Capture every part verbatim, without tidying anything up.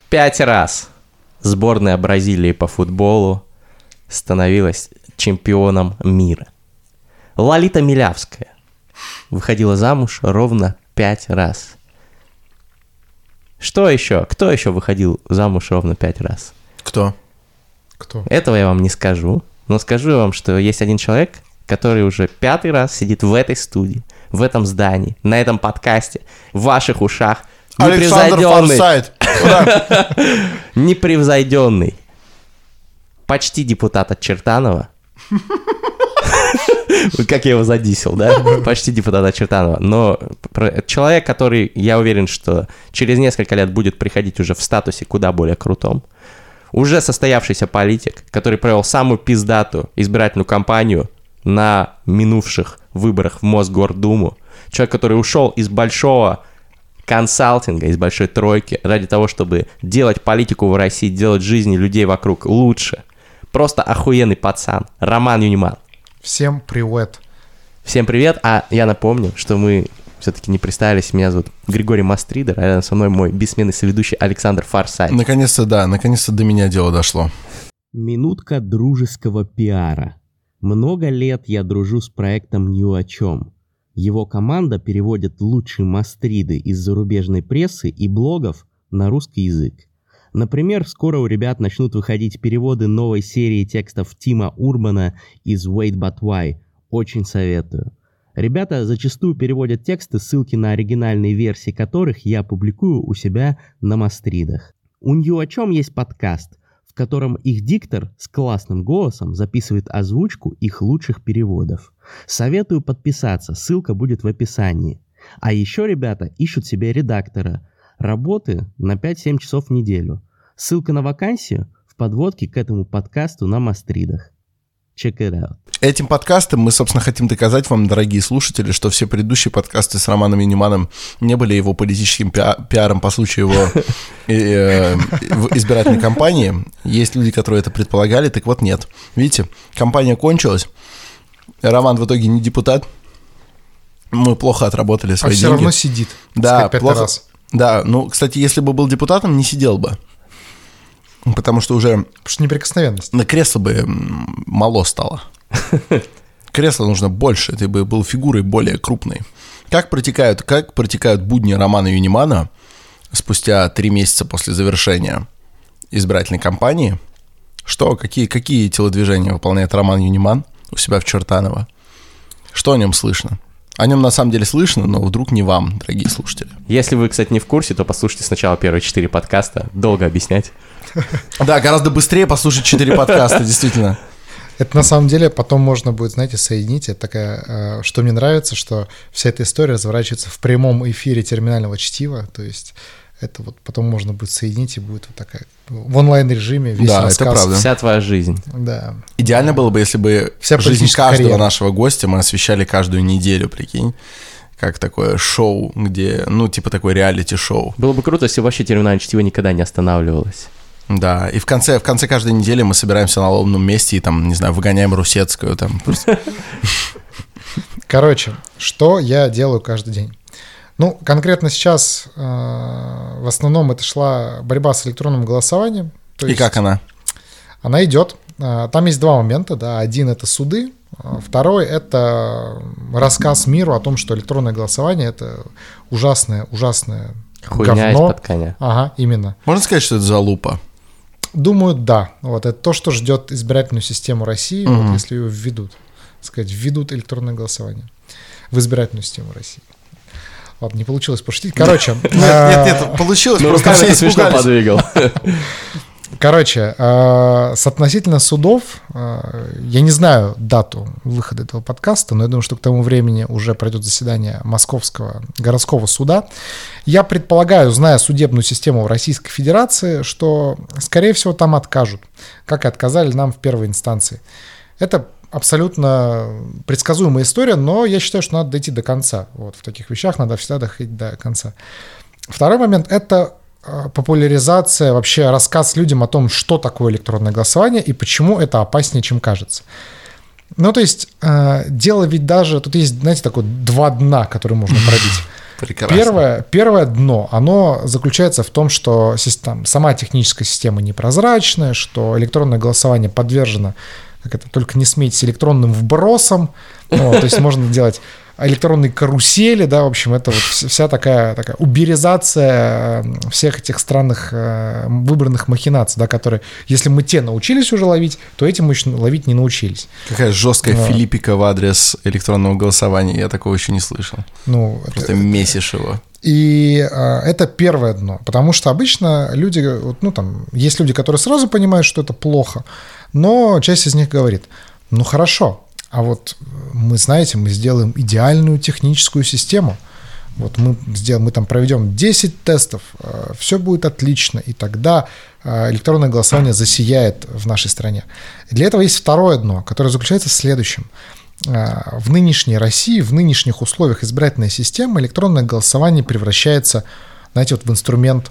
Пять раз сборная Бразилии по футболу становилась чемпионом мира. Лолита Милявская выходила замуж ровно пять раз. Что еще? Кто еще выходил замуж ровно пять раз? Кто? Кто? Этого я вам не скажу, но скажу вам, что есть один человек, который уже пятый раз сидит в этой студии, в этом здании, на этом подкасте, в ваших ушах. Александр Форсайт. Непревзойденный. Почти депутат от Чертанова. Как я его задисел, да? Почти депутат от Чертанова. Но человек, который, я уверен, что через несколько лет будет приходить уже в статусе куда более крутом. Уже состоявшийся политик, который провел самую пиздатую избирательную кампанию на минувших выборах в Мосгордуму. Человек, который ушел из большого консалтинга, из большой тройки ради того, чтобы делать политику в России, делать жизни людей вокруг лучше. Просто охуенный пацан. Роман Юниман. Всем привет. Всем привет. А я напомню, что мы все-таки не представились. Меня зовут Григорий Мастридер, а рядом со мной мой бессменный соведущий Александр Форсайт. Наконец-то, да, наконец-то до меня дело дошло. Минутка дружеского пиара. Много лет я дружу с проектом «Ни о чем». Его команда переводит лучшие мастриды из зарубежной прессы и блогов на русский язык. Например, скоро у ребят начнут выходить переводы новой серии текстов Тима Урбана из Wait But Why. Очень советую. Ребята зачастую переводят тексты, ссылки на оригинальные версии которых я публикую у себя на мастридах. У Ни о чем есть подкаст, в котором их диктор с классным голосом записывает озвучку их лучших переводов. Советую подписаться, ссылка будет в описании. А еще ребята ищут себе редактора. Работы на пять-семь часов в неделю. Ссылка на вакансию в подводке к этому подкасту на мастридах. Check it out. Этим подкастом мы, собственно, хотим доказать вам, дорогие слушатели, что все предыдущие подкасты с Романом Юниманом не были его политическим пиаром по случаю его избирательной кампании. Есть люди, которые это предполагали, так вот нет. Видите, кампания кончилась, Роман в итоге не депутат, мы плохо отработали свои деньги. А все равно сидит. Да, плохо. Да, ну, кстати, если бы был депутатом, не сидел бы. Потому что уже... Потому что неприкосновенность. На кресло бы мало стало. Кресло нужно больше, ты бы был фигурой более крупной. Как протекают, как протекают будни Романа Юнимана спустя три месяца после завершения избирательной кампании? Что, какие, какие телодвижения выполняет Роман Юниман у себя в Чертаново? Что о нем слышно? О нем на самом деле слышно, но вдруг не вам, дорогие слушатели. Если вы, кстати, не в курсе, то послушайте сначала первые четыре подкаста. Долго объяснять. Да, гораздо быстрее послушать четыре подкаста, действительно. Это на самом деле потом можно будет, знаете, соединить. Это такая, что мне нравится, что вся эта история разворачивается в прямом эфире терминального чтива. То есть это вот потом можно будет соединить, и будет вот такая в онлайн-режиме весь да, рассказ. Это правда. Вся твоя жизнь. Да. Идеально было бы, если бы вся жизнь каждого карьера. нашего гостя мы освещали каждую неделю, прикинь. Как такое шоу, где, ну, типа такое реалити-шоу. Было бы круто, если вообще терминальное чтиво никогда не останавливалось. Да, и в конце, в конце каждой недели мы собираемся на лобном месте и там, не знаю, выгоняем Русецкую там. Короче, что я делаю каждый день? Ну, конкретно сейчас э, в основном это шла борьба с электронным голосованием. То и есть как она? Она идет. Там есть два момента, да. Один — это суды, второй — это рассказ миру о том, что электронное голосование — это ужасное, ужасное Хуйня говно. из-под коня. Ага, именно. Можно сказать, что это залупа? Думаю, да. Вот это то, что ждет избирательную систему России, Угу. вот если ее введут, так сказать, введут электронное голосование в избирательную систему России. Ладно, не получилось пошутить. Короче. Нет, нет, нет, получилось. Ну, Просто руками все ты смешно испугались. подвигал. Короче, э, с относительно судов, э, я не знаю дату выхода этого подкаста, но я думаю, что к тому времени уже пройдет заседание Московского городского суда. Я предполагаю, зная судебную систему в Российской Федерации, что, скорее всего, там откажут, как и отказали нам в первой инстанции. Это абсолютно предсказуемая история, но я считаю, что надо дойти до конца. Вот в таких вещах надо всегда доходить до конца. Второй момент — это популяризация, вообще рассказ людям о том, что такое электронное голосование и почему это опаснее, чем кажется. Ну, то есть, э, дело ведь даже... Тут есть, знаете, такое два дна, которые можно пробить. Прекрасно. Первое, первое дно, оно заключается в том, что система, сама техническая система непрозрачная, что электронное голосование подвержено, как это, только не смейтесь, электронным вбросам, ну, то есть можно делать электронные карусели, да, в общем, это вот вся такая, такая уберизация всех этих странных выбранных махинаций, да, которые, если мы те научились уже ловить, то эти мы еще ловить не научились. Какая жесткая Но... филиппика в адрес электронного голосования, я такого еще не слышал. Ну, просто это... месишь его. И а, это первое дно, потому что обычно люди, ну там, есть люди, которые сразу понимают, что это плохо, но часть из них говорит, ну хорошо, а вот мы, знаете, мы сделаем идеальную техническую систему. Вот мы сделаем, мы там проведем десять тестов, все будет отлично, и тогда электронное голосование засияет в нашей стране. Для этого есть второе дно, которое заключается в следующем. В нынешней России, в нынешних условиях избирательной системы электронное голосование превращается, знаете, вот в инструмент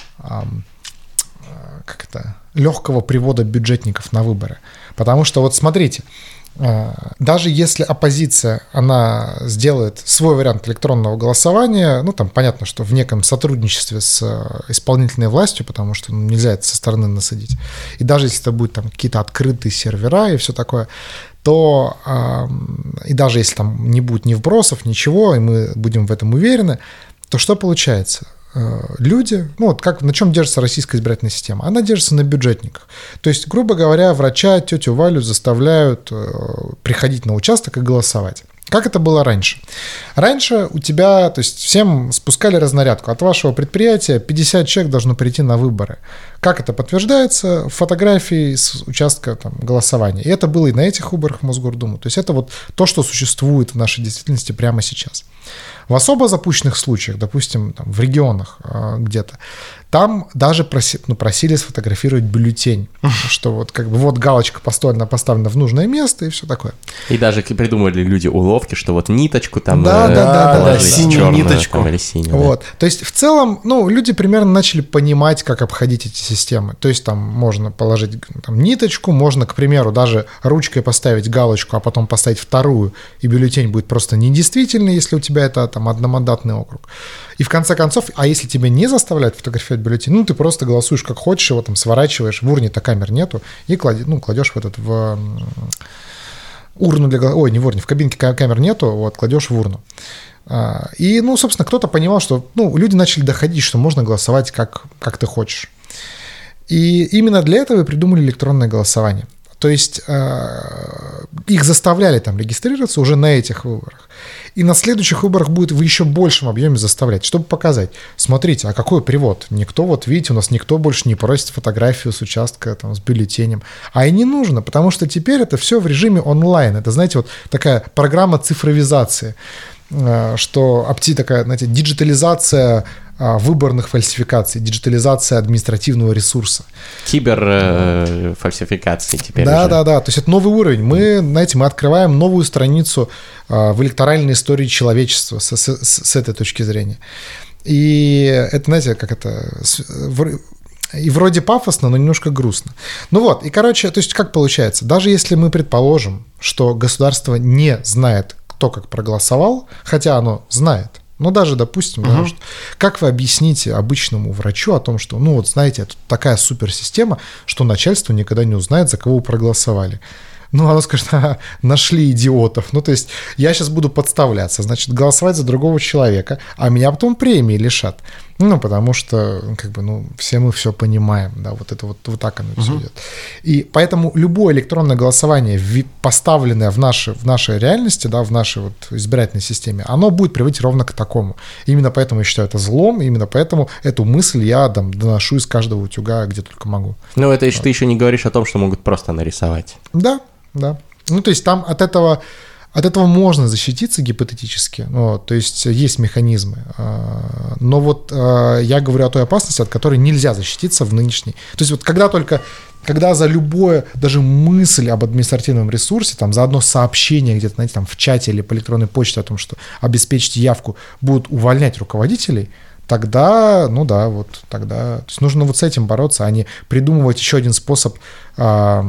как это, легкого привода бюджетников на выборы. Потому что вот смотрите, даже если оппозиция, она сделает свой вариант электронного голосования, ну, там понятно, что в неком сотрудничестве с исполнительной властью, потому что ну, нельзя это со стороны насадить, и даже если это будут там какие-то открытые сервера и все такое, то и даже если там не будет ни вбросов, ничего, и мы будем в этом уверены, то что получается? Люди, ну вот как, на чем держится российская избирательная система? Она держится на бюджетниках. То есть, грубо говоря, врача, тетю Валю заставляют приходить на участок и голосовать. Как это было раньше? Раньше у тебя, то есть всем спускали разнарядку. От вашего предприятия пятьдесят человек должно прийти на выборы. Как это подтверждается? Фотографии с участка там, голосования. И это было и на этих выборах в Мосгордуму. То есть это вот то, что существует в нашей действительности прямо сейчас. В особо запущенных случаях, допустим, там, в регионах э, где-то, там даже проси, ну, просили сфотографировать бюллетень, что вот как бы вот галочка поставлена, поставлена в нужное место и все такое. И даже придумали люди уловки, что вот ниточку там да, э, да, да, положить, да, синюю черную, ниточку. там, или синюю. Вот. Да. То есть в целом, ну, люди примерно начали понимать, как обходить эти системы. То есть там можно положить там, ниточку, можно, к примеру, даже ручкой поставить галочку, а потом поставить вторую, и бюллетень будет просто недействительный, если у тебя это там одномандатный округ. И в конце концов, а если тебя не заставляют фотографировать бюллетень, ну, ты просто голосуешь как хочешь, его там сворачиваешь, в урне-то камер нету, и клади, ну, кладешь в этот, в урну для голосования, ой, не в урне, в кабинке камер нету, вот, кладешь в урну. И, ну, собственно, кто-то понимал, что, ну, люди начали доходить, что можно голосовать как, как ты хочешь. И именно для этого и придумали электронное голосование. То есть э, их заставляли там регистрироваться уже на этих выборах. И на следующих выборах будет в еще большем объеме заставлять, чтобы показать, смотрите, а какой привод? Никто, вот видите, у нас никто больше не просит фотографию с участка там, с бюллетенем. А и не нужно, потому что теперь это все в режиме онлайн. Это, знаете, вот такая программа цифровизации, э, что опти такая, знаете, диджитализация выборных фальсификаций, диджитализация административного ресурса. Киберфальсификации э, теперь Да, уже. да, да. То есть это новый уровень. Мы, знаете, мы открываем новую страницу э, в электоральной истории человечества с, с, с этой точки зрения. И это, знаете, как это... И вроде пафосно, но немножко грустно. Ну вот, и, короче, то есть как получается? Даже если мы предположим, что государство не знает, кто как проголосовал, хотя оно знает, ну, даже, допустим, uh-huh. да, что, как вы объясните обычному врачу о том, что, ну, вот, знаете, это такая суперсистема, что начальство никогда не узнает, за кого вы проголосовали. Ну, оно скажет, ага, нашли идиотов. Ну, то есть я сейчас буду подставляться, значит, голосовать за другого человека, а меня потом премии лишат. Ну, потому что, как бы, ну, все мы все понимаем, да, вот это вот, вот так оно все uh-huh. идет. И поэтому любое электронное голосование, поставленное в нашей, в нашей реальности, да, в нашей вот избирательной системе, оно будет приводить ровно к такому. Именно поэтому я считаю это злом, именно поэтому эту мысль я там, доношу из каждого утюга, где только могу. Ну, это еще, вот. Ты еще не говоришь о том, что могут просто нарисовать. Да, да. Ну, то есть там от этого... От этого можно защититься гипотетически, вот, то есть есть механизмы, но вот я говорю о той опасности, от которой нельзя защититься в нынешней. То есть вот когда только, когда за любое, даже мысль об административном ресурсе, там, за одно сообщение где-то, знаете, там в чате или по электронной почте о том, что обеспечьте явку, будут увольнять руководителей, тогда, ну да, вот тогда... То есть нужно вот с этим бороться, а не придумывать еще один способ а,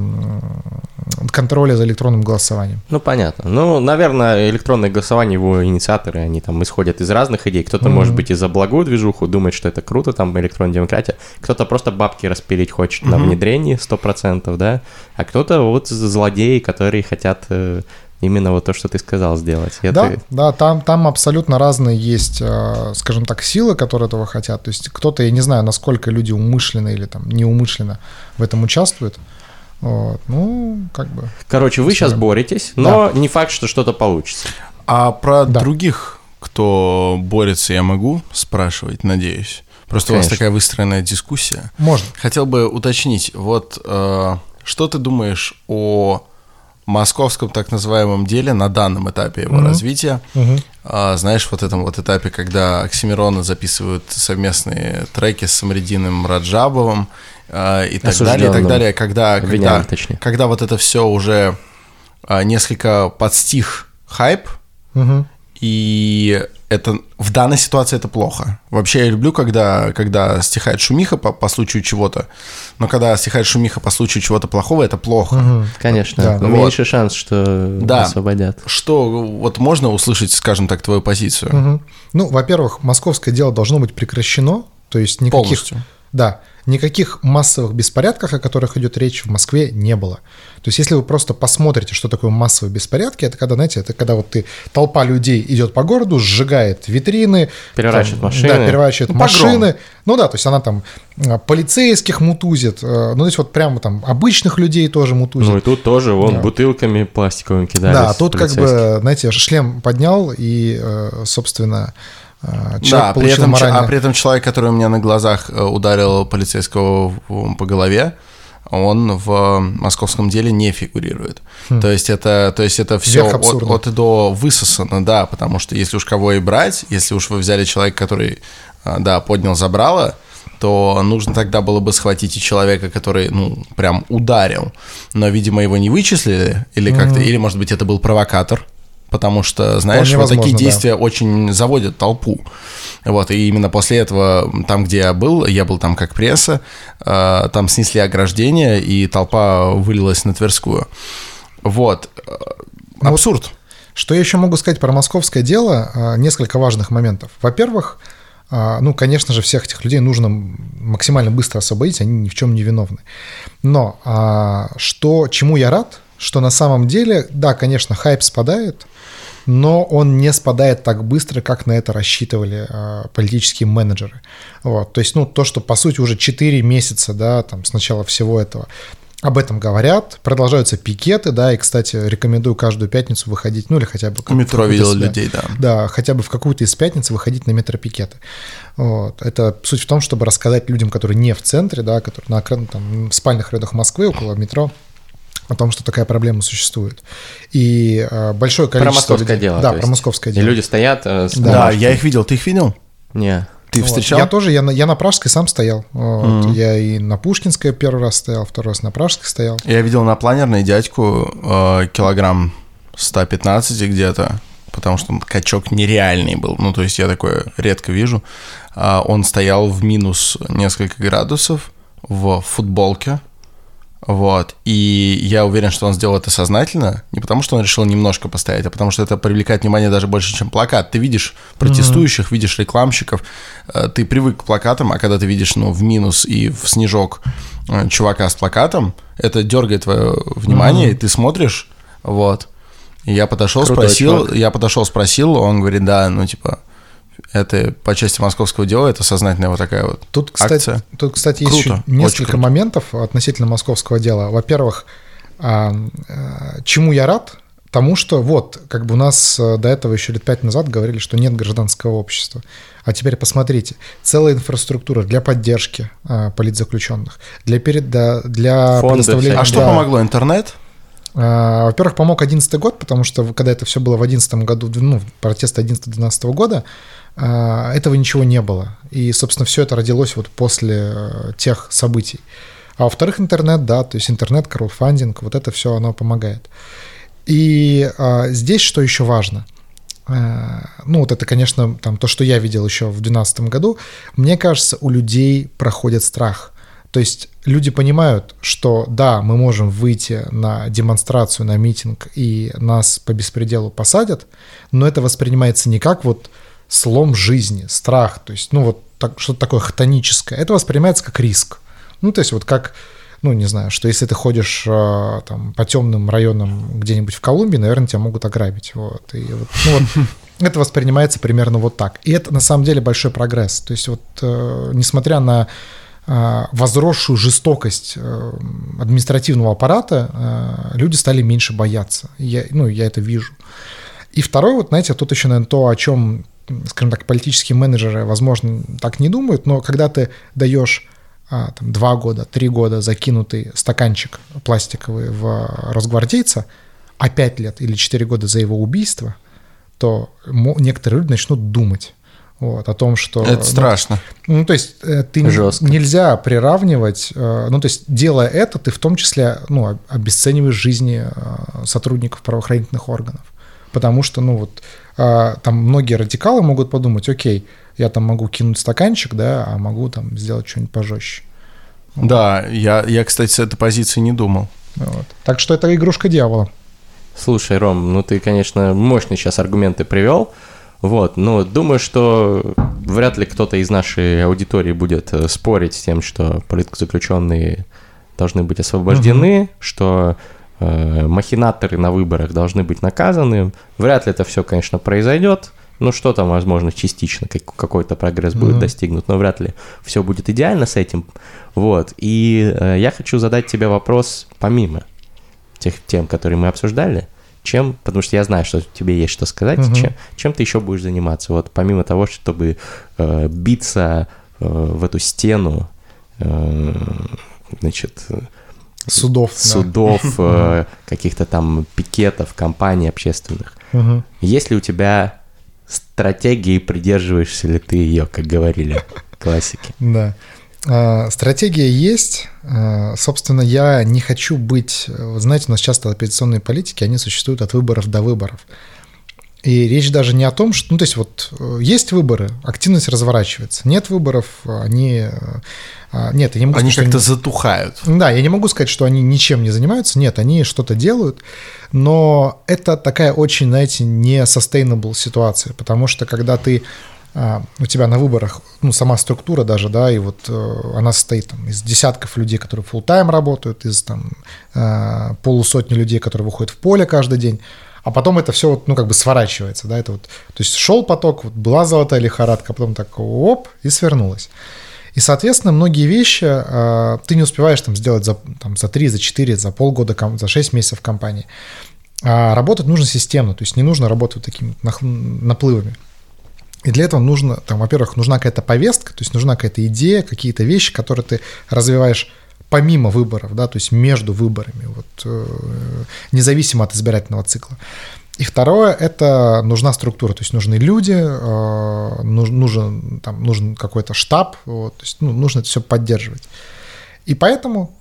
контроля за электронным голосованием. Ну, понятно. Ну, наверное, электронное голосование, его инициаторы, они там исходят из разных идей. Кто-то, mm-hmm. может быть, и за благую движуху думает, что это круто, там, электронная демократия. Кто-то просто бабки распилить хочет mm-hmm. на внедрении сто процентов, да, а кто-то вот злодеи, которые хотят... Именно вот то, что ты сказал, сделать. Это... Да, да, там, там абсолютно разные есть, скажем так, силы, которые этого хотят. То есть кто-то, я не знаю, насколько люди умышленно или там неумышленно в этом участвуют. Вот. Ну, как бы... Короче, вы сейчас боретесь, но да. не факт, что что-то получится. А про да. других, кто борется, я могу спрашивать, надеюсь? Просто Конечно. У вас такая выстроенная дискуссия. Можно. Хотел бы уточнить, вот э, что ты думаешь о... московском так называемом деле на данном этапе его uh-huh. развития. Uh-huh. А, знаешь, вот этом вот этапе, когда Оксимирона записывают совместные треки с Самрединым Раджабовым а, и так далее, и так далее, когда, когда, когда вот это все уже а, несколько подстих хайп, uh-huh. и это в данной ситуации это плохо. Вообще я люблю, когда, когда стихает шумиха по, по случаю чего-то, но когда стихает шумиха по случаю чего-то плохого, это плохо. Угу, конечно, да. Вот. Меньше шанс, что да. освободят. Что, вот можно услышать, скажем так, твою позицию? Угу. Ну, во-первых, московское дело должно быть прекращено, то есть никаких... Полностью. Да, никаких массовых беспорядков, о которых идет речь, в Москве не было. То есть если вы просто посмотрите, что такое массовые беспорядки, это когда, знаете, это когда вот ты, толпа людей идет по городу, сжигает витрины, переворачивает там, машины, да, переворачивает ну, машины, погром. Ну да, то есть она там полицейских мутузит, ну то есть вот прямо там обычных людей тоже мутузит. Ну и тут тоже вон да. бутылками пластиковыми кидались. Да, тут как бы, знаете, шлем поднял и, собственно... Да, при этом, а при этом человек, который у меня на глазах ударил полицейского по голове, он в московском деле не фигурирует. Хм. То есть это, то есть это все от, от и до высосано, да, потому что если уж кого и брать, если уж вы взяли человека, который, да, поднял забрало, то нужно тогда было бы схватить и человека, который, ну, прям ударил, но, видимо, его не вычислили, или как-то, mm-hmm. или, может быть, это был провокатор. Потому что, знаешь, вот такие действия да. очень заводят толпу. Вот, и именно после этого, там, где я был, я был там как пресса, э, там снесли ограждение, и толпа вылилась на Тверскую. Вот. Ну, абсурд. Вот, что я еще могу сказать про московское дело? Несколько важных моментов. Во-первых, ну, конечно же, всех этих людей нужно максимально быстро освободить, они ни в чем не виновны. Но что, чему я рад, что на самом деле, да, конечно, хайп спадает, но он не спадает так быстро, как на это рассчитывали э, политические менеджеры. Вот. То есть, ну, то, что, по сути, уже четыре месяца, да, там, с начала всего этого, об этом говорят, продолжаются пикеты, да, и, кстати, рекомендую каждую пятницу выходить, ну, или хотя бы... В метро видел людей, да. Да, хотя бы в какую-то из пятниц выходить на метропикеты. Вот. Это суть в том, чтобы рассказать людям, которые не в центре, да, которые на там, в спальных районах Москвы, около метро, о том, что такая проблема существует. И э, большое количество... Про московское людей... дело. Да, про московское дело. И люди стоят... Э, с да, да, я их видел. Ты их видел? Не. Ты вот. встречал? Я тоже, я на, я на Пражской сам стоял. Вот. Mm-hmm. Я и на Пушкинской первый раз стоял, второй раз на Пражской стоял. Я видел на Планерной дядьку э, килограмм сто пятнадцать где-то, потому что он качок нереальный был. Ну, то есть я такое редко вижу. А он стоял в минус несколько градусов в футболке. Вот, и я уверен, что он сделал это сознательно, не потому что он решил немножко постоять, а потому что это привлекает внимание даже больше, чем плакат. Ты видишь протестующих, mm-hmm. видишь рекламщиков, ты привык к плакатам, а когда ты видишь, ну, в минус и в снежок чувака с плакатом, это дергает твое внимание, mm-hmm. и ты смотришь, вот. И я подошел, Крутой спросил, чувак. я подошел, спросил, он говорит, да, ну, типа... Это по части московского дела, это сознательная вот такая вот тут, кстати, акция. Тут, кстати, есть круто, еще несколько моментов относительно московского дела. Во-первых, чему я рад? Тому, что вот, как бы у нас до этого еще лет пять назад говорили, что нет гражданского общества. А теперь посмотрите, целая инфраструктура для поддержки политзаключенных, для, перед, для предоставления... А что да, помогло, интернет? Во-первых, помог одиннадцатый год, потому что когда это все было в одиннадцатом году, ну, протесты одиннадцатого-двенадцатого года, этого ничего не было. И, собственно, все это родилось вот после тех событий. А во-вторых, интернет, да, то есть интернет, краудфандинг, вот это все, оно помогает. И а, здесь что еще важно? ну вот это, конечно, там то, что я видел еще в две тысячи двенадцатом году, мне кажется, у людей проходит страх. То есть люди понимают, что да, мы можем выйти на демонстрацию, на митинг, и нас по беспределу посадят, но это воспринимается не как вот слом жизни, страх, то есть, ну вот так, что-то такое хтоническое. Это воспринимается как риск. Ну, то есть вот как, ну, не знаю, что если ты ходишь там по темным районам где-нибудь в Колумбии, наверное, тебя могут ограбить. Вот. И вот, ну, вот это воспринимается примерно вот так. И это на самом деле большой прогресс. То есть вот несмотря на возросшую жестокость административного аппарата, люди стали меньше бояться. Я, ну, я это вижу. И второе, вот, знаете, тут еще, наверное, то, о чем, скажем так, политические менеджеры, возможно, так не думают, но когда ты даешь там, два года, три года закинутый стаканчик пластиковый в росгвардейца, а пять лет или четыре года за его убийство, то некоторые люди начнут думать. Вот, о том, что... Это страшно. Ну, ну, то есть ты Жестко. Нельзя приравнивать... Ну, то есть делая это, ты в том числе ну, обесцениваешь жизни сотрудников правоохранительных органов. Потому что, ну, вот там многие радикалы могут подумать, окей, я там могу кинуть стаканчик, да, а могу там сделать что-нибудь пожестче. Вот. Да, я, я, кстати, с этой позиции не думал. Вот. Так что это игрушка дьявола. Слушай, Ром, ну ты, конечно, мощные сейчас аргументы привел. Вот, но думаю, что вряд ли кто-то из нашей аудитории будет спорить с тем, что политзаключенные должны быть освобождены, угу. что э, махинаторы на выборах должны быть наказаны. Вряд ли это все, конечно, произойдет. Ну, что там, возможно, частично какой-то прогресс будет угу. достигнут, но вряд ли все будет идеально с этим. Вот, и э, я хочу задать тебе вопрос помимо тех тем, которые мы обсуждали. Чем, потому что я знаю, что тебе есть что сказать, uh-huh. чем, чем ты еще будешь заниматься, вот помимо того, чтобы э, биться э, в эту стену, э, значит, судов, судов да. э, каких-то там пикетов, кампаний общественных. Uh-huh. Есть ли у тебя стратегия и придерживаешься ли ты ее, как говорили классики? Да. Стратегия есть. Собственно, я не хочу быть... Знаете, у нас часто оппозиционные политики, они существуют от выборов до выборов. И речь даже не о том, что... Ну, то есть вот есть выборы, активность разворачивается. Нет выборов, они... Нет, я не могу они сказать, как-то что... затухают. Да, я не могу сказать, что они ничем не занимаются. Нет, они что-то делают. Но это такая очень, знаете, не sustainable ситуация. Потому что когда ты... у тебя на выборах, ну, сама структура даже, да, и вот э, она состоит там, из десятков людей, которые full-time работают, из там э, полусотни людей, которые выходят в поле каждый день, а потом это все, вот, ну, как бы сворачивается, да, это вот, то есть шел поток, вот, была золотая лихорадка, а потом так оп, и свернулась. И, соответственно, многие вещи э, ты не успеваешь там сделать за, там, за три, за четыре, за полгода, за шесть месяцев компании. А работать нужно системно, то есть не нужно работать вот такими наплывами. И для этого нужно, там, во-первых, нужна какая-то повестка, то есть нужна какая-то идея, какие-то вещи, которые ты развиваешь помимо выборов, да, то есть между выборами, вот, э, независимо от избирательного цикла. И второе, это нужна структура, то есть нужны люди, э, нужен, там, нужен какой-то штаб, вот, то есть ну, нужно это все поддерживать. И поэтому,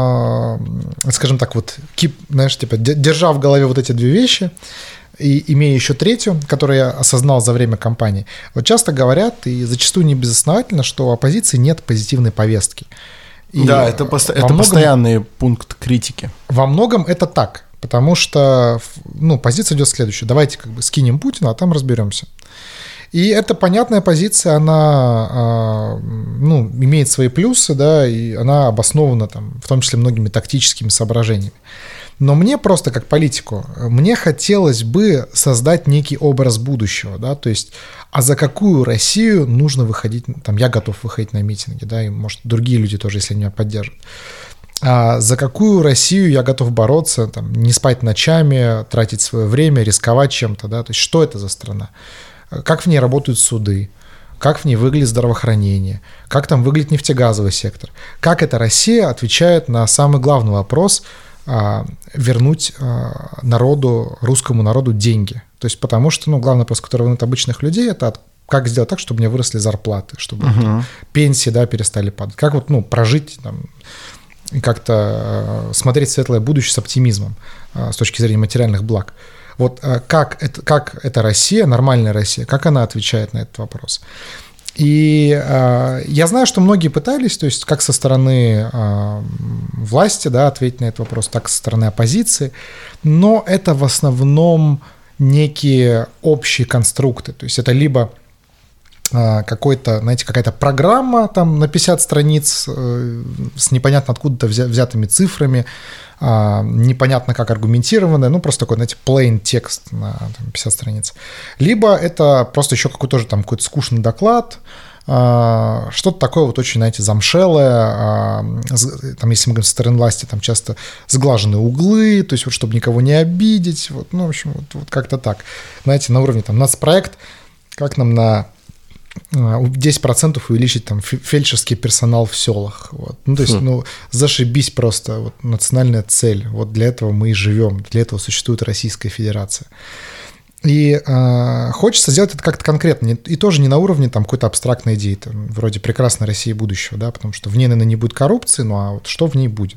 э, скажем так, вот, keep, знаешь, типа, держа в голове вот эти две вещи, и имея еще третью, которую я осознал за время кампании, вот часто говорят, и зачастую не безосновательно, что у оппозиции нет позитивной повестки. И да, это, посто- это многом, постоянный пункт критики. Во многом это так, потому что ну, позиция идет следующая. Давайте как бы скинем Путина, а там разберемся. И эта понятная позиция, она ну, имеет свои плюсы, да, и она обоснована там, в том числе многими тактическими соображениями. Но мне просто как политику, мне хотелось бы создать некий образ будущего, да, то есть, а за какую Россию нужно выходить, там, я готов выходить на митинги, да, и, может, другие люди тоже, если они меня поддержат. А за какую Россию я готов бороться, там, не спать ночами, тратить свое время, рисковать чем-то, да, то есть, что это за страна, как в ней работают суды, как в ней выглядит здравоохранение, как там выглядит нефтегазовый сектор, как эта Россия отвечает на самый главный вопрос – вернуть народу, русскому народу деньги. То есть потому что, ну, главный вопрос, который волнует обычных людей, это как сделать так, чтобы мне выросли зарплаты, чтобы uh-huh. там, пенсии, да, перестали падать. Как вот, ну, прожить там, и как-то смотреть в светлое будущее с оптимизмом с точки зрения материальных благ. Вот как это, как эта Россия, нормальная Россия, как она отвечает на этот вопрос? И э, я знаю, что многие пытались, то есть как со стороны э, власти, да, ответить на этот вопрос, так и со стороны оппозиции, но это в основном некие общие конструкты, то есть это либо э, какой-то, знаете, какая-то программа там на пятьдесят страниц э, с непонятно откуда-то взя- взятыми цифрами, э, непонятно как аргументированная, ну просто такой, знаете, plain текст на там, пятьдесят страниц, либо это просто еще какой-то тоже там какой-то скучный доклад, что-то такое вот очень, знаете, замшелое, там, если мы говорим со стороны власти, там часто сглаженные углы, то есть вот чтобы никого не обидеть, вот, ну, в общем, вот, вот как-то так, знаете, на уровне там нацпроект, как нам на десять процентов увеличить там фельдшерский персонал в селах, вот. Ну, то есть, хм. ну, зашибись просто, вот, национальная цель, вот для этого мы и живем, для этого существует Российская Федерация. И э, хочется сделать это как-то конкретно, и тоже не на уровне там какой-то абстрактной идеи, там, вроде прекрасной России будущего, да, потому что в ней, наверное, не будет коррупции, ну а вот что в ней будет?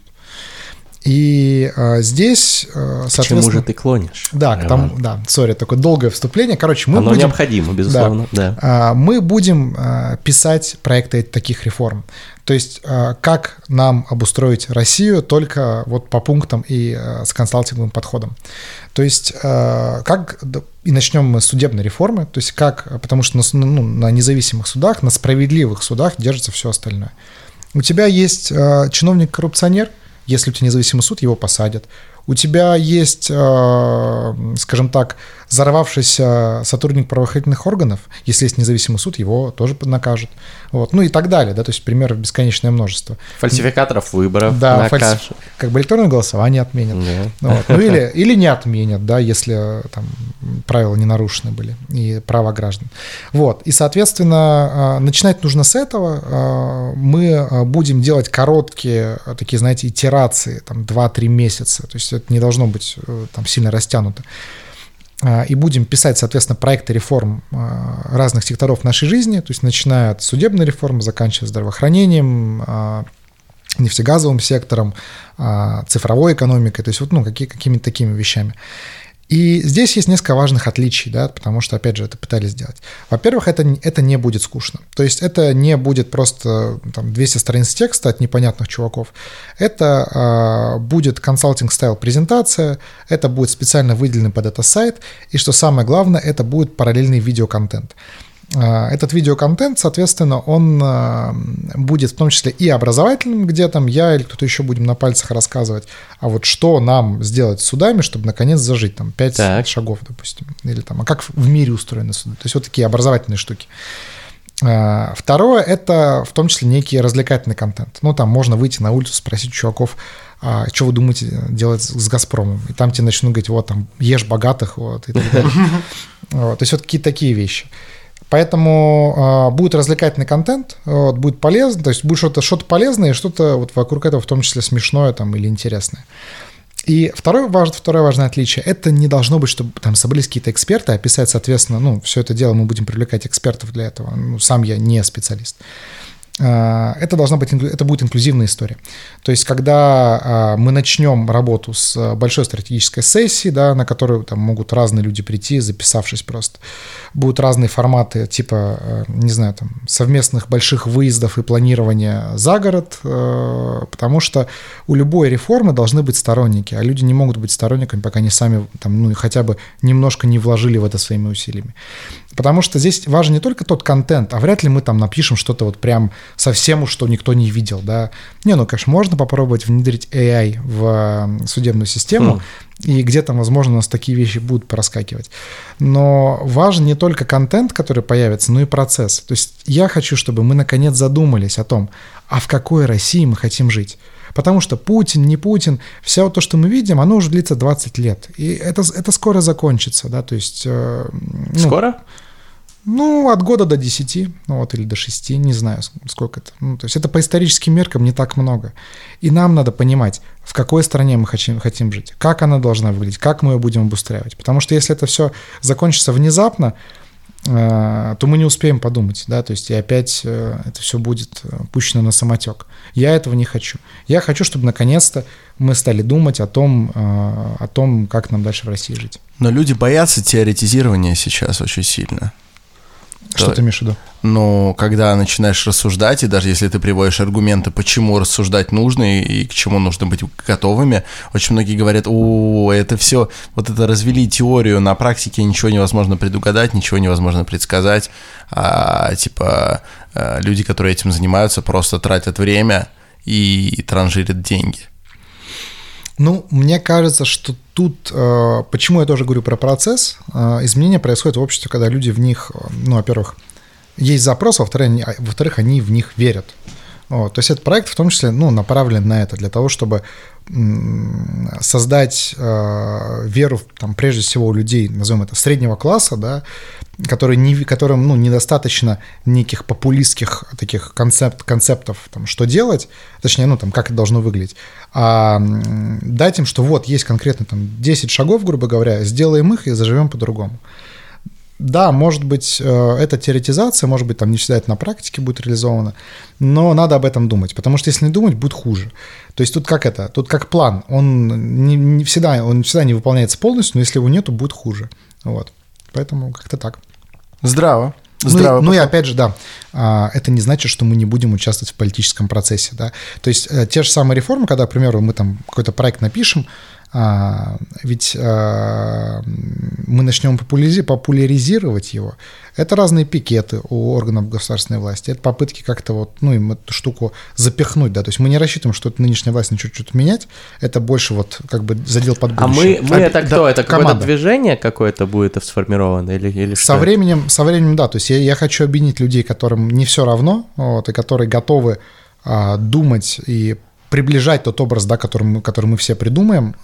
И э, здесь, э, соответственно... К чему же ты клонишь? Да, к тому, да, сори, такое долгое вступление. Короче, мы Оно будем... необходимо, безусловно, да. да. Э, мы будем э, писать проекты таких реформ. То есть, э, как нам обустроить Россию только вот по пунктам и э, с консалтинговым подходом. То есть, э, как... И начнем мы с судебной реформы, то есть как... Потому что на, ну, на независимых судах, на справедливых судах держится все остальное. У тебя есть э, чиновник-коррупционер, если у тебя независимый суд, его посадят. У тебя есть, скажем так, взорвавшийся сотрудник правоохранительных органов, если есть независимый суд, его тоже накажут. Вот. Ну и так далее, да, то есть примеров бесконечное множество. Фальсификаторов выборов да, фальсиф... как бы электронное голосование отменят. Yeah. Вот. Ну или, или не отменят, да, если там правила не нарушены были и права граждан. Вот. И, соответственно, начинать нужно с этого. Мы будем делать короткие такие, знаете, итерации, там два-три месяца, то есть это не должно быть там сильно растянуто. И будем писать, соответственно, проекты реформ разных секторов нашей жизни, то есть начиная от судебной реформы, заканчивая здравоохранением, нефтегазовым сектором, цифровой экономикой, то есть вот, ну, какие, какими-то такими вещами. И здесь есть несколько важных отличий, да, потому что, опять же, это пытались сделать. Во-первых, это, это не будет скучно. То есть это не будет просто там, двести страниц текста от непонятных чуваков. Это э, будет консалтинг-стайл презентация, это будет специально выделенный под это сайт, и что самое главное, это будет параллельный видеоконтент. Этот видеоконтент, соответственно, он будет в том числе и образовательным, где там я или кто-то еще будем на пальцах рассказывать, а вот что нам сделать с судами, чтобы наконец зажить, там, пять так. шагов, допустим, или там, а как в мире устроены суды, то есть вот такие образовательные штуки. Второе, это в том числе некий развлекательный контент. Ну, там можно выйти на улицу, спросить у чуваков, а что вы думаете делать с «Газпромом», и там тебе начнут говорить, вот, там, ешь богатых, вот, и так далее. То есть вот какие-то такие вещи. Поэтому э, будет развлекательный контент, вот, будет полезно, то есть будет что-то, что-то полезное и что-то вот вокруг этого в том числе смешное там, или интересное. И второе, важ, второе важное отличие – это не должно быть, чтобы там собрались какие-то эксперты, описать, соответственно, ну, все это дело мы будем привлекать экспертов для этого, ну, сам я не специалист. Это должна быть, это будет инклюзивная история. То есть, когда мы начнем работу с большой стратегической сессией, да, на которую там могут разные люди прийти, записавшись просто, будут разные форматы, типа, не знаю, там, совместных больших выездов и планирования за город, потому что у любой реформы должны быть сторонники, а люди не могут быть сторонниками, пока они сами там, ну, хотя бы немножко не вложили в это своими усилиями. Потому что здесь важен не только тот контент, а вряд ли мы там напишем что-то вот прям совсем уж, что никто не видел, да. Не, ну, конечно, можно попробовать внедрить эй ай в судебную систему, mm. и где-то, возможно, у нас такие вещи будут проскакивать. Но важен не только контент, который появится, но и процесс. То есть я хочу, чтобы мы наконец задумались о том, а в какой России мы хотим жить. Потому что Путин, не Путин, все то, что мы видим, оно уже длится двадцать лет. И это, это скоро закончится, да, то есть... Э, ну, скоро? Ну, от года до десяти, ну, вот, или до шести, не знаю, сколько это. Ну, то есть это по историческим меркам не так много. И нам надо понимать, в какой стране мы хотим, хотим жить, как она должна выглядеть, как мы ее будем обустраивать. Потому что если это все закончится внезапно, то мы не успеем подумать, да, то есть и опять это все будет пущено на самотек. Я этого не хочу. Я хочу, чтобы наконец-то мы стали думать о том, о том, как нам дальше в России жить. Но люди боятся теоретизирования сейчас очень сильно. Что ты имеешь в виду? Ну, когда начинаешь рассуждать, и даже если ты приводишь аргументы, почему рассуждать нужно и, и к чему нужно быть готовыми, очень многие говорят: о, это все, вот это развели теорию, на практике ничего невозможно предугадать, ничего невозможно предсказать, а типа люди, которые этим занимаются, просто тратят время и транжирят деньги. Ну, мне кажется, что тут, э, почему я тоже говорю про процесс, э, изменения происходят в обществе, когда люди в них, ну, во-первых, есть запрос, во-вторых, они, во-вторых, они в них верят. Вот, то есть этот проект в том числе, ну, направлен на это, для того, чтобы м- создать э, веру, там, прежде всего, у людей, назовем это, среднего класса, да, которые не, которым, ну, недостаточно неких популистских таких концепт, концептов, там, что делать, точнее, ну, там, как это должно выглядеть, а дать им, что вот есть конкретно там десять шагов, грубо говоря, сделаем их и заживем по-другому. Да, может быть, это теоретизация, может быть, там не всегда это на практике будет реализовано, но надо об этом думать, потому что если не думать, будет хуже. То есть тут как это, тут как план, он не, не всегда, он всегда не выполняется полностью, но если его нету, будет хуже. Вот. Поэтому как-то так. Здраво. Ну, и, ну и опять же, да, это не значит, что мы не будем участвовать в политическом процессе, да. То есть те же самые реформы, когда, к примеру, мы там какой-то проект напишем, ведь мы начнем популяризировать его. Это разные пикеты у органов государственной власти, это попытки как-то вот, ну, им эту штуку запихнуть, да, то есть мы не рассчитываем, что нынешняя власть начнет что-то менять, это больше вот как бы задел под будущее. А мы, мы это кто? Да, это какое-то движение какое-то будет сформировано или, или что? Со временем, со временем, да, то есть я, я хочу объединить людей, которым не все равно, вот, и которые готовы а, думать и приближать тот образ, да, который мы, который мы все придумаем.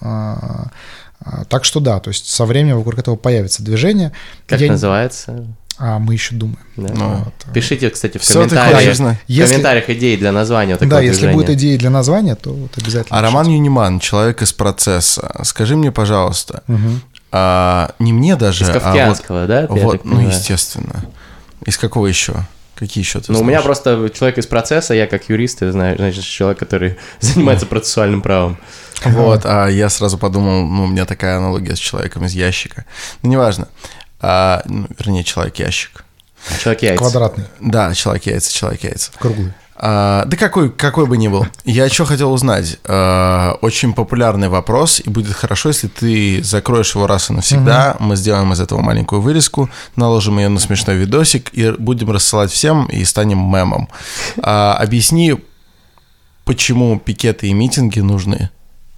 Так что да, то есть со временем вокруг этого появится движение. Как Я... называется? А мы еще думаем. Да. Ну, вот. Пишите, кстати, в Все комментариях, в если... комментариях идеи для названия вот такого Да, если движения. будут идеи для названия, то вот обязательно. А Роман Юниман, человек из процесса, скажи мне, пожалуйста, угу. а, не мне даже, из кафкианского, а вот, да? Вот, ну, естественно. Из какого еще? Какие еще ты Ну, знаешь? у меня просто человек из процесса, я как юрист, ты знаешь, значит, человек, который занимается процессуальным правом. Вот, а я сразу подумал, ну, у меня такая аналогия с человеком из ящика. Ну, неважно. А, ну, вернее, человек-ящик. Человек-яйца. Квадратный. Да, человек-яйца, человек-яйца. Круглый. А, да какой, какой бы ни был. Я что хотел узнать. А, очень популярный вопрос, и будет хорошо, если ты закроешь его раз и навсегда. Угу. Мы сделаем из этого маленькую вырезку, наложим ее на смешной видосик и будем рассылать всем, и станем мемом. А, объясни, почему пикеты и митинги нужны.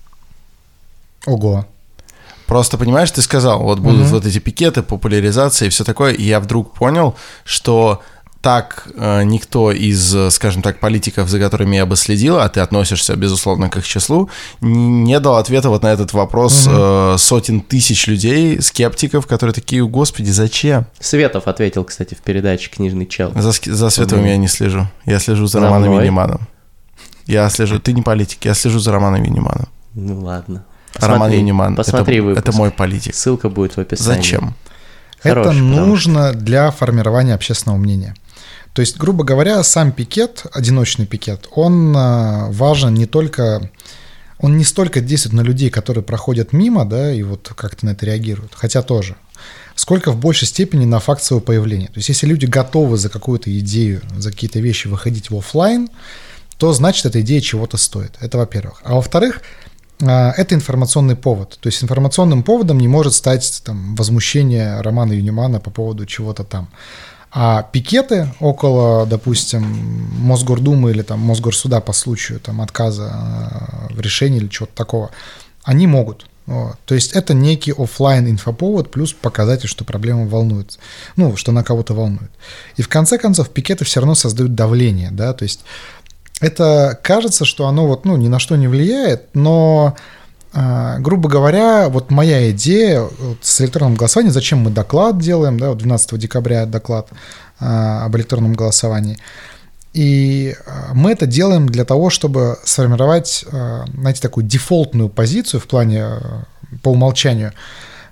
Ого. Просто, понимаешь, ты сказал, вот будут угу. вот эти пикеты, популяризация и все такое, и я вдруг понял, что так э, никто из, скажем так, политиков, за которыми я бы следил, а ты относишься, безусловно, к их числу, не, не дал ответа вот на этот вопрос угу. э, сотен тысяч людей, скептиков, которые такие: господи, зачем? Светов ответил, кстати, в передаче «Книжный чел». За, за Световым я не слежу, я слежу за, за Романом Юниманом. Я слежу, ты не политик, я слежу за Романом Юниманом. Ну ладно. Посмотри, Роман Юниман, посмотри это, выпуск. это мой политик. Ссылка будет в описании. Зачем? Это Хороший, нужно для формирования общественного мнения. То есть, грубо говоря, сам пикет, одиночный пикет, он важен не только, он не столько действует на людей, которые проходят мимо, да, и вот как-то на это реагируют, хотя тоже, сколько в большей степени на факт своего появления. То есть, если люди готовы за какую-то идею, за какие-то вещи выходить в офлайн, то значит, эта идея чего-то стоит. Это во-первых. А во-вторых, это информационный повод. То есть информационным поводом не может стать там, возмущение Романа Юнимана по поводу чего-то там. А пикеты около, допустим, Мосгордумы или там, Мосгорсуда по случаю там, отказа в решении или чего-то такого, они могут. Вот. То есть это некий офлайн инфоповод плюс показатель, что проблема волнует, ну, что она кого-то волнует. И в конце концов пикеты все равно создают давление, да, то есть это кажется, что оно вот, ну, ни на что не влияет, но, э, грубо говоря, вот моя идея вот, с электронным голосованием, зачем мы доклад делаем, да, вот двенадцатого декабря доклад э, об электронном голосовании, и мы это делаем для того, чтобы сформировать, э, знаете, такую дефолтную позицию в плане э, по умолчанию,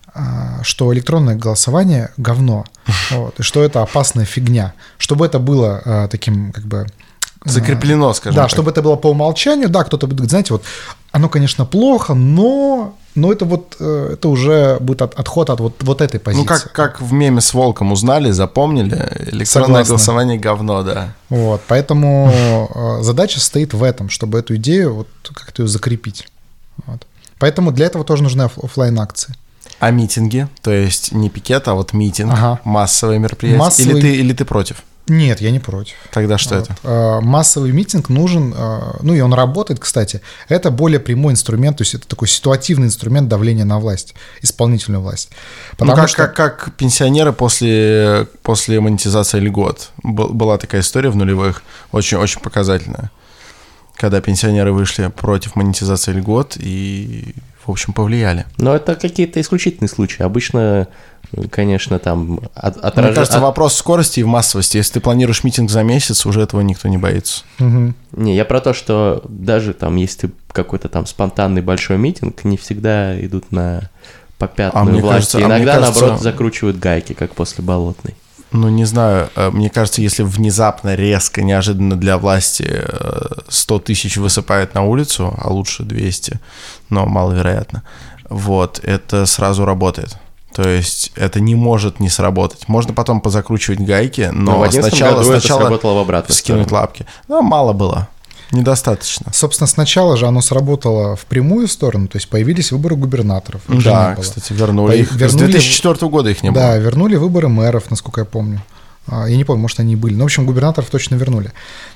что электронное голосование говно, вот, и что это опасная фигня. Чтобы это было а, таким, как бы... Закреплено, скажем Да, так. чтобы это было по умолчанию, да, кто-то будет говорить, знаете, вот, оно, конечно, плохо, но... Но это вот, это уже будет от, отход от вот, вот этой позиции. Ну, как, как в меме с волком узнали, запомнили, электронное Согласна. голосование говно, да. Вот, поэтому задача состоит в этом, чтобы эту идею вот как-то ее закрепить. Вот. Поэтому для этого тоже нужны офлайн акции. А митинги, то есть не пикет, а вот митинг, Ага. массовые мероприятия, Массовый... или, ты, или ты против? Нет, я не против. Тогда что Вот. это? Массовый митинг нужен, ну и он работает, кстати. Это более прямой инструмент, то есть это такой ситуативный инструмент давления на власть, исполнительную власть. Ну, как, что... как, как пенсионеры после, после монетизации льгот. Была такая история в нулевых, очень-очень показательная, когда пенсионеры вышли против монетизации льгот и, в общем, повлияли. Но это какие-то исключительные случаи. Обычно, конечно, там от, отража... Мне кажется, от... вопрос скорости и в массовости. Если ты планируешь митинг за месяц, уже этого никто не боится. Угу. Не, я про то, что даже там, если какой-то там спонтанный большой митинг, не всегда идут на попятную А мне власти. кажется- а мне Иногда, кажется- наоборот, закручивают гайки, как после Болотной. Ну, не знаю, э, мне кажется, если внезапно, резко, неожиданно для власти э, сто тысяч высыпает на улицу, а лучше двести, но маловероятно, вот, это сразу работает. То есть это не может не сработать. Можно потом позакручивать гайки, но, Но в одиннадцатом сначала, году это сначала сработало в обратную скинуть сторону. лапки. Ну, мало было, недостаточно. Собственно, сначала же оно сработало в прямую сторону, то есть появились выборы губернаторов. их же Да, не было. кстати, вернули По- их. С вернули- две тысячи четвёртого года их не было. Да, вернули выборы мэров, насколько я помню. А, Я не помню, может, они и были. Но, в общем, губернаторов точно вернули.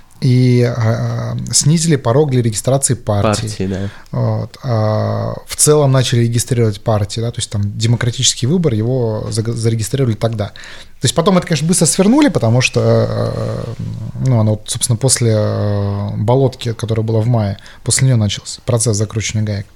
И а, снизили порог для регистрации партий. Партии, да. Вот. А в целом начали регистрировать партии, да, то есть там демократический выбор, его за- зарегистрировали тогда. То есть потом это, конечно, быстро свернули, потому что, э, ну, оно, вот, собственно, после э, болотки, которая была в мае, после нее начался процесс закручивания гаек.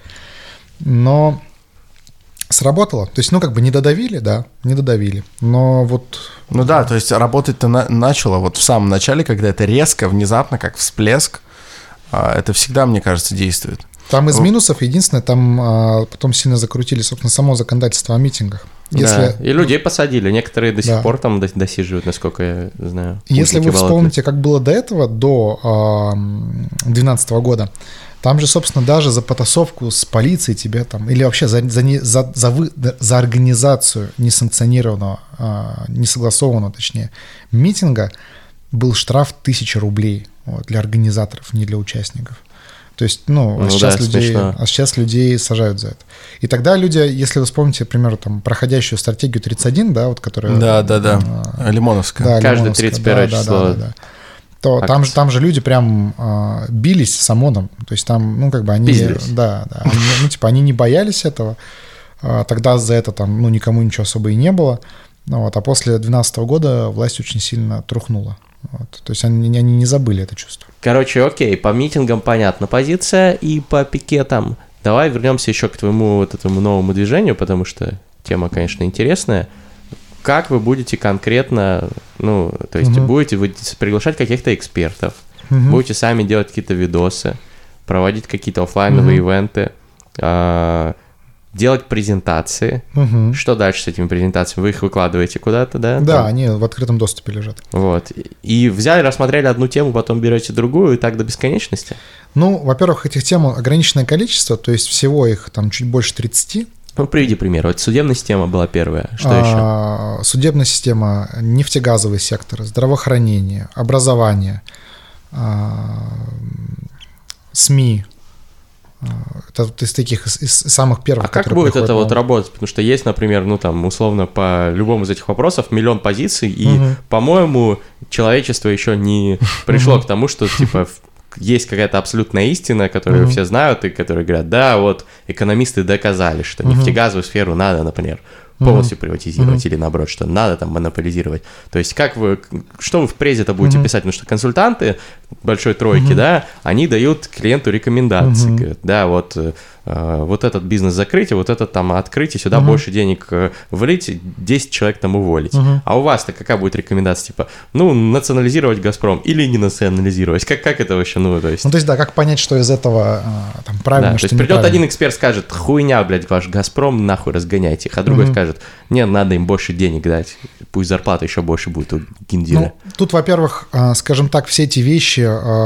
Но сработало. То есть, ну, как бы не додавили, да, не додавили. Но вот... Ну да, то есть работать-то на- начало вот в самом начале, когда это резко, внезапно, как всплеск. а, Это всегда, мне кажется, действует. Там из Ну. минусов единственное, там а, потом сильно закрутили, собственно, само законодательство о митингах. Если, Да, и людей посадили. Некоторые до сих Да. пор там до- досиживают, насколько я знаю. Если вы Узники Болотной. вспомните, как было до этого, до две тысячи двенадцатого года, там же, собственно, даже за потасовку с полицией тебе там, или вообще за, за, не- за, за, вы- за организацию несанкционированного, а, несогласованного, точнее, митинга был штраф тысяча рублей вот, для организаторов, не для участников. То есть, ну, а, Ну сейчас да, людей, смешно. а сейчас людей сажают за это. И тогда люди, если вы вспомните, например, там, проходящую стратегию тридцать один, да, вот, которая... Да, да, да. а, Лимоновская. да, Каждое Лимоновская, тридцать первое да, да, число да, да, да. То там же, там же люди прям а, бились с ОМОНом, то есть там, ну, как бы они... Пиздились. Да, да, они, ну, типа, они не боялись этого, а, тогда за это там, ну, никому ничего особо и не было, ну, вот, а после две тысячи двенадцатого года власть очень сильно трухнула, вот, то есть они, они не забыли это чувство. Короче, окей, по митингам понятна позиция, и по пикетам. Давай вернемся еще к твоему вот этому новому движению, потому что тема, конечно, интересная. Как вы будете конкретно, ну, то есть Мгм. будете вы приглашать каких-то экспертов, Мгм. будете сами делать какие-то видосы, проводить какие-то оффлайновые Мгм. ивенты, а, делать презентации. Мгм. Что дальше с этими презентациями? Вы их выкладываете куда-то, да? Да, Там? они в открытом доступе лежат. Вот. И взяли, рассмотрели одну тему, потом берете другую, и так до бесконечности? Ну, во-первых, этих тем ограниченное количество, то есть всего их там чуть больше тридцати. Ну, приведи пример. Вот судебная система была первая. Что еще? А, Судебная система, нефтегазовый сектор, здравоохранение, образование, а, СМИ. А, Это вот из таких, из, из самых первых, А как которые будет это приходят на вот ум. работать? Потому что есть, например, ну там, условно, по любому из этих вопросов миллион позиций, и, Мгм. по-моему, человечество еще не пришло к тому, что, типа, в- есть какая-то абсолютная истина, которую Мгм. все знают, и которые говорят, да, вот экономисты доказали, что Мгм. нефтегазовую сферу надо, например, Мгм. полностью приватизировать, Мгм. или наоборот, что надо там монополизировать. То есть как вы, что вы в презе-то будете Мгм. писать? Потому что консультанты, большой тройки, uh-huh. да, они дают клиенту рекомендации. Uh-huh. Говорят, да, вот, э, вот этот бизнес закрыть, а вот этот там открыть, и сюда uh-huh. больше денег э, влить, десять человек там уволить. Uh-huh. А у вас-то какая будет рекомендация? Типа, ну, национализировать «Газпром» или не национализировать? Как, как это вообще, ну, то есть... Ну, то есть, да, как понять, что из этого там правильно, да, что то есть придет один эксперт, скажет, хуйня, блядь, ваш «Газпром», нахуй разгоняйте их, а другой uh-huh. скажет, нет, надо им больше денег дать, пусть зарплата еще больше будет у гендира. Ну, тут, во-первых, скажем так, все эти вещи,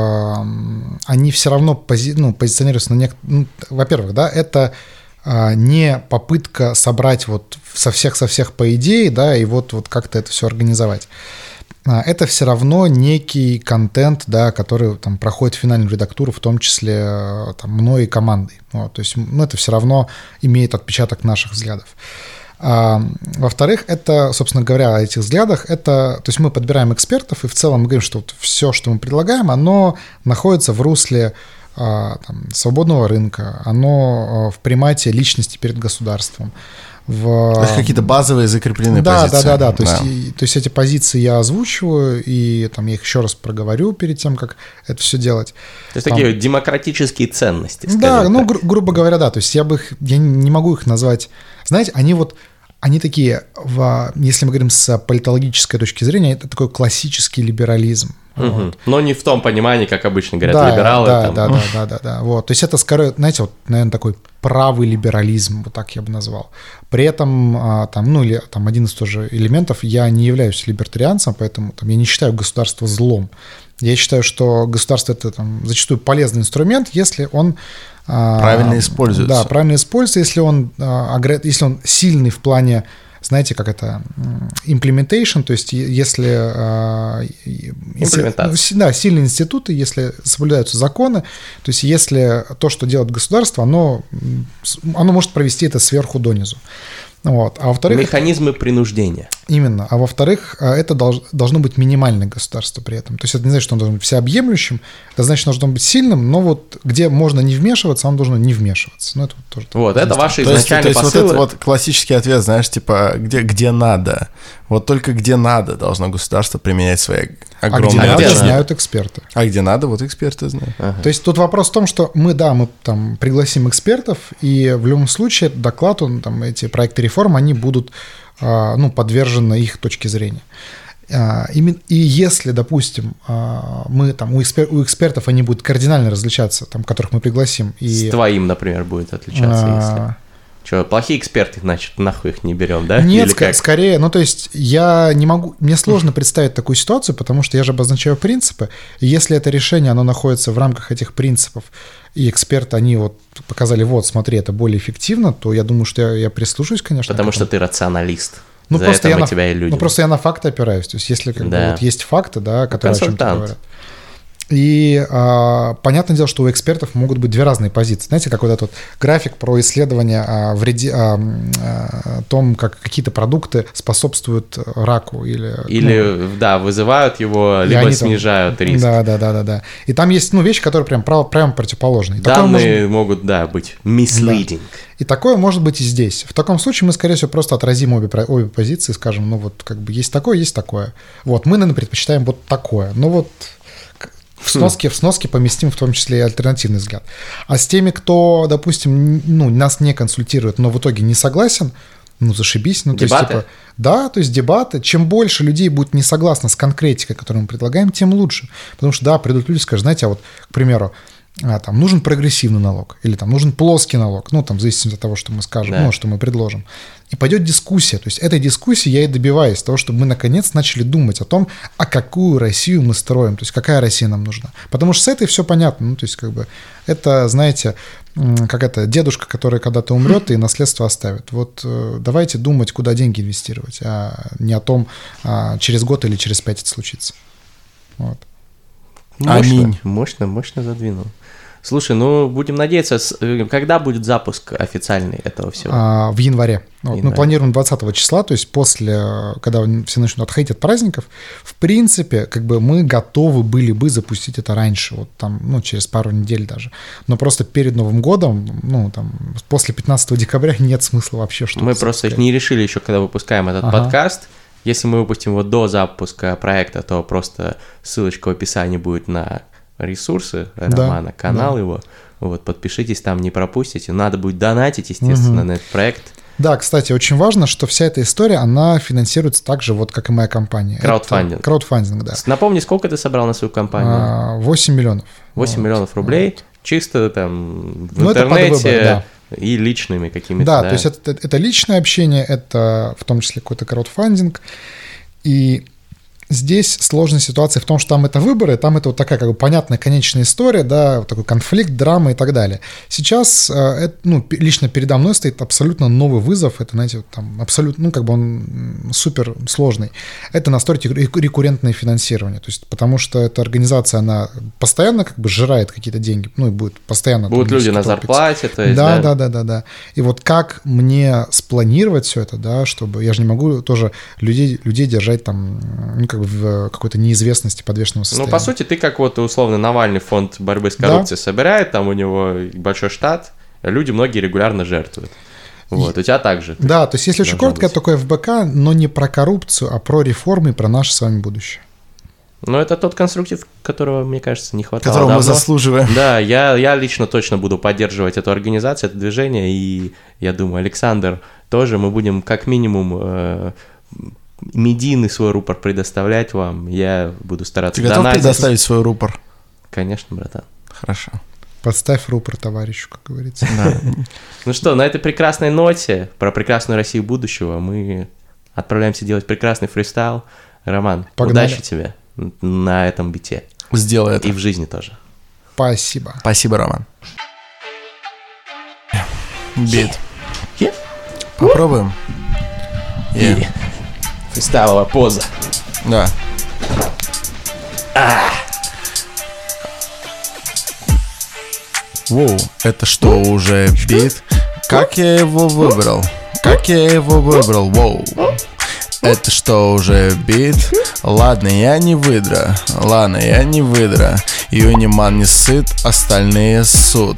они все равно пози... ну, позиционируются на нек... ну, во-первых, да, это не попытка собрать вот со всех, со всех по идее, да, и вот, вот как-то это все организовать. Это все равно некий контент, да, который там проходит финальную редактуру, в том числе там, мной и командой. Вот, то есть, ну, это все равно имеет отпечаток наших взглядов. А, во-вторых, это, собственно говоря, о этих взглядах, это, то есть мы подбираем экспертов, и в целом мы говорим, что вот все, что мы предлагаем, оно находится в русле а, там, свободного рынка, оно а, в примате личности перед государством. В... Это какие-то базовые закрепленные да, позиции. Да, да, да. То, да. Есть, и, то есть эти позиции я озвучиваю, и там, я их еще раз проговорю перед тем, как это все делать. То есть там... такие демократические ценности, да, ну, гру- грубо говоря, да. То есть я бы их, я не могу их назвать... Знаете, они вот... Они такие, в, если мы говорим с политологической точки зрения, это такой классический либерализм. Угу. Вот. Но не в том понимании, как обычно говорят да, либералы. Да, там. да, да, да, да, да. Вот. То есть это скорее, знаете, вот, наверное, такой правый либерализм, вот так я бы назвал. При этом, там, ну, или там один из тоже элементов, я не являюсь либертарианцем, поэтому там, я не считаю государство злом. Я считаю, что государство – это там, зачастую полезный инструмент, если он… Правильно используется. Да, правильно используется, если он, если он сильный в плане, знаете, как это, implementation, то есть если… Имплементация. Да, сильные институты, если соблюдаются законы, то есть если то, что делает государство, оно, оно может провести это сверху донизу. Вот. А во-вторых, механизмы принуждения. Именно. А во-вторых, это долж, должно быть минимальное государство при этом. То есть это не значит, что оно должно быть всеобъемлющим, это значит, что оно должно быть сильным, но вот где можно не вмешиваться, оно должно не вмешиваться. Ну, это тоже вот, это ваши то изначальные есть, посылы. То есть вот этот вот классический ответ, знаешь, типа, где, где надо. Вот только где надо должно государство применять свои огромные а где ответы. надо, знают эксперты. А где надо, вот эксперты знают. Ага. То есть тут вопрос в том, что мы, да, мы там пригласим экспертов, и в любом случае доклад, он, там, эти проекты реформ, они будут ну, подвержены их точке зрения. И если, допустим, мы там у, экспер, у экспертов они будут кардинально различаться, там, которых мы пригласим. И... С твоим, например, будет отличаться, а... если... Что, плохие эксперты, значит, нахуй их не берем, да? Нет, ск- скорее, ну, то есть я не могу, мне сложно представить такую ситуацию, потому что я же обозначаю принципы, и если это решение, оно находится в рамках этих принципов, и эксперты, они вот показали, вот, смотри, это более эффективно, то я думаю, что я, я прислушаюсь, конечно. Потому что ты рационалист. Ну, За просто это я мы на, тебя и любим. Ну, просто я на факты опираюсь, то есть если как да. бы вот есть факты, да, которые ну, о чем-то говорят. И а, понятное дело, что у экспертов могут быть две разные позиции. Знаете, как вот этот вот график про исследование о, вреде, о, о том, как какие-то продукты способствуют раку. Или, или ну, да, вызывают его, либо снижают там, риск. Да, да, да, да, да. И там есть ну, вещи, которые прям, прям противоположные. Данные может... могут, да, быть misleading. Да. И такое может быть и здесь. В таком случае мы, скорее всего, просто отразим обе, обе позиции, скажем, ну вот как бы есть такое, есть такое. Вот, мы, наверное, предпочитаем вот такое. Ну вот... В сноске, в сноске поместим в том числе и альтернативный взгляд. А с теми, кто, допустим, ну, нас не консультирует, но в итоге не согласен, ну, зашибись. Ну, дебаты? То есть, типа, да, то есть дебаты. Чем больше людей будет не согласно с конкретикой, которую мы предлагаем, тем лучше. Потому что, да, придут люди и скажут, знаете, а вот, к примеру, а, там, нужен прогрессивный налог или там нужен плоский налог, ну, там, в зависимости от того, что мы скажем, да. ну, что мы предложим. И пойдет дискуссия. То есть этой дискуссии я и добиваюсь того, чтобы мы наконец начали думать о том, а какую Россию мы строим, то есть какая Россия нам нужна. Потому что с этой все понятно. Ну, то есть как бы это, знаете, как это, дедушка, который когда-то умрет и наследство оставит. Вот давайте думать, куда деньги инвестировать, а не о том, а через год или через пять это случится. Вот. Мощно, Аминь. Мощно, мощно задвинул. Слушай, ну, будем надеяться, когда будет запуск официальный этого всего? А, в январе. Вот, январе. Мы планируем двадцатого числа, то есть после, когда все начнут отходить от праздников. В принципе, как бы мы готовы были бы запустить это раньше, вот там, ну, через пару недель даже. Но просто перед Новым годом, ну, там, после пятнадцатого декабря нет смысла вообще что-то Мы просто не решили еще, когда выпускаем этот ага. подкаст. Если мы выпустим его до запуска проекта, то просто ссылочка в описании будет на ресурсы Да, романа, канал да. его. Вот, подпишитесь там, не пропустите. Надо будет донатить, естественно, Мгм. на этот проект. Да, кстати, очень важно, что вся эта история, она финансируется так же, вот как и моя компания. Краудфандинг. Это краудфандинг, да. Напомни, сколько ты собрал на свою компанию? А, восемь миллионов. восемь Вот. миллионов рублей, чисто там в Ну, это под интернете выбор, да. и личными какими-то. Да, то есть это, это личное общение, это в том числе какой-то краудфандинг. И здесь сложная ситуация в том, что там это выборы, там это вот такая как бы понятная конечная история, да, вот такой конфликт, драма и так далее. Сейчас, э, это, ну, п- лично передо мной стоит абсолютно новый вызов, это, знаете, вот там абсолютно, ну, как бы он м, супер сложный. Это настроить реку- рекуррентное финансирование, то есть потому что эта организация, она постоянно как бы жрает какие-то деньги, ну, и будет постоянно... Будут там люди на топиться. зарплате, то есть, Да, да. да, да, да, да. И вот как мне спланировать все это, да, чтобы я же не могу тоже людей, людей держать там, ну, как бы в какой-то неизвестности подвешенного Ну, состояния. по сути, ты как вот условно Навальный фонд борьбы с коррупцией собирает, там у него большой штат, люди многие регулярно жертвуют. Вот, у тебя также. Да, то есть если очень должно коротко, быть. это такое эф бэ ка, но не про коррупцию, а про реформы и про наше с вами будущее. Но это тот конструктив, которого, мне кажется, не хватало Которого мы давно. заслуживаем. Да, я, я лично точно буду поддерживать эту организацию, это движение, и я думаю, Александр тоже, мы будем как минимум э, медийный свой рупор предоставлять вам, я буду стараться Ты готов донатить. предоставить свой рупор? Конечно, братан. Хорошо. Подставь рупор товарищу, как говорится. Да. Ну что, на этой прекрасной ноте про прекрасную Россию будущего мы отправляемся делать прекрасный фристайл. Роман, Погнали. удачи тебе на этом бите. Сделай это. И в жизни тоже. Спасибо. Спасибо, Роман. Бит. Е. Попробуем? Е. И фристайловая поза. Да. Воу, это что, уже бит? Как я его выбрал? Как я его выбрал? Воу. Это что, уже бит? Ладно, я не выдра. Ладно, я не выдра. Юниман не сыт, остальные суд.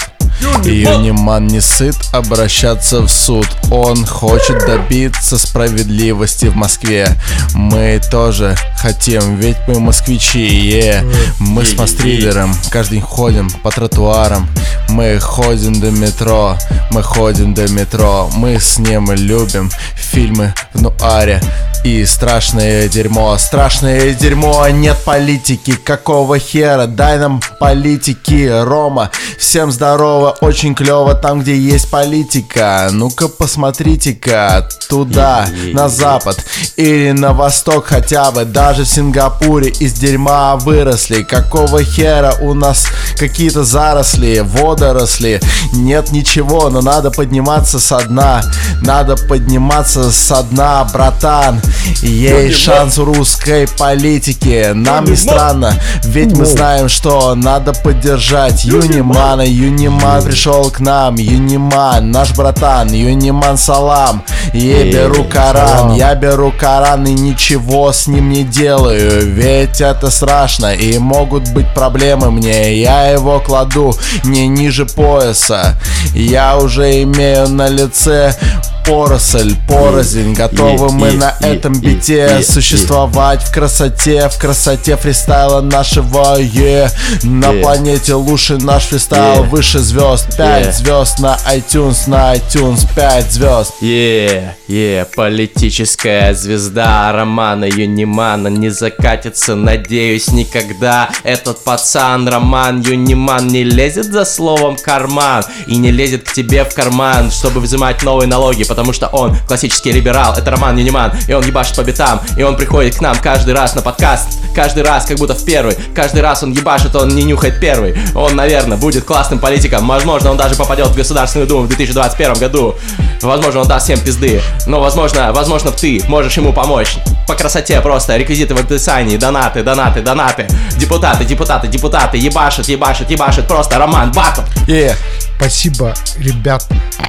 Юниман не сыт обращаться в суд. Он хочет добиться справедливости в Москве. Мы тоже хотим, ведь мы москвичи. е. Мы с мастридером каждый день ходим по тротуарам. Мы ходим до метро, мы ходим до метро. Мы с ним любим фильмы в нуаре и страшное дерьмо. Страшное дерьмо, нет политики. Какого хера? Дай нам политики, Рома. Всем здорово, очень клево там, где есть политика. Ну-ка посмотрите-ка туда, на запад или на восток хотя бы. Даже в Сингапуре из дерьма выросли. Какого хера у нас какие-то заросли, водоросли? Нет ничего, но надо подниматься со дна. Надо подниматься со дна, братан. Есть шанс у русской политики. Нам не странно, ведь мы знаем, что надо поддержать Юнимана. Юниман пришел к нам. Юниман, наш братан. Юниман, салам. Я беру Коран, я беру Коран и ничего с ним не делаю. Ведь это страшно и могут быть проблемы мне. Я его кладу не ниже пояса. Я уже имею на лице поросль, порознь. Готовы мы на этом бите существовать в красоте, в красоте фристайла нашего. е На планете лучше наш фристайл, выше звезд. Пять звезд на iTunes, на iTunes пять звезд. Е, е, политическая звезда Романа Юнимана не закатится, надеюсь, никогда. Этот пацан Роман Юниман не лезет за словом карман и не лезет к тебе в карман, чтобы взимать новые налоги, потому что он классический либерал. Это Роман Юниман, и он ебашит по битам, и он приходит к нам каждый раз на подкаст, каждый раз как будто в первый, каждый раз он ебашит, он не нюхает первый. Он, наверное, будет классным политиком, возможно, он даже попадет в Государственную Думу в две тысячи двадцать первом году, возможно, он даст всем пизды, но, возможно, возможно, ты можешь ему помочь по красоте. Просто реквизиты в описании, донаты, донаты, донаты, депутаты, депутаты, депутаты, ебашит, ебашит, ебашит, просто Роман Батл. Yeah. Спасибо, ребят.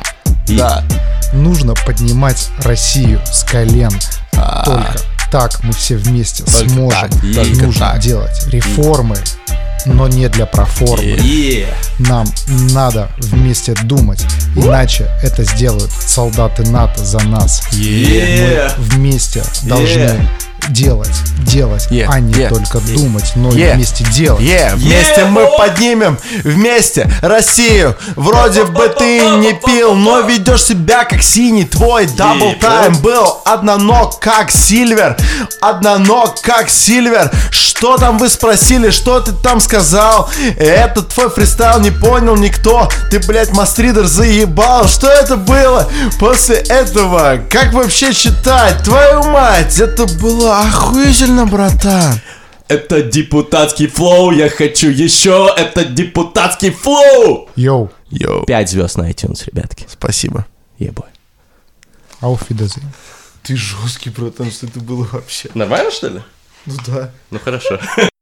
Да. Нужно поднимать Россию с колен. Только так мы все вместе Только сможем. так, только Нужно так. делать реформы, но не для проформы. Е. Нам надо вместе думать, иначе это сделают солдаты НАТО за нас. Е. Мы вместе должны Е. делать, делать, Yeah, а не yeah, только yeah, думать, но и yeah, вместе делать. Yeah, вместе yeah, мы oh, поднимем, вместе Россию. Вроде oh, бы oh, ты oh, не пил, oh, но ведешь себя как синий. Твой дабл тайм yeah, был одноног как Сильвер, одноног как Сильвер. Что там вы спросили, что ты там сказал? Это твой фристайл не понял никто. Ты, блядь, мастридер заебал. Что это было после этого? Как вообще читать? Твою мать, это было охуительно, братан. Это депутатский флоу, я хочу еще. Это депутатский флоу. Йоу. Йоу. Пять звезд на iTunes, ребятки. Спасибо. Ебой. Auf Wiedersehen. Ты жесткий, братан, что это было вообще? Нормально, что ли? Ну да. Ну хорошо.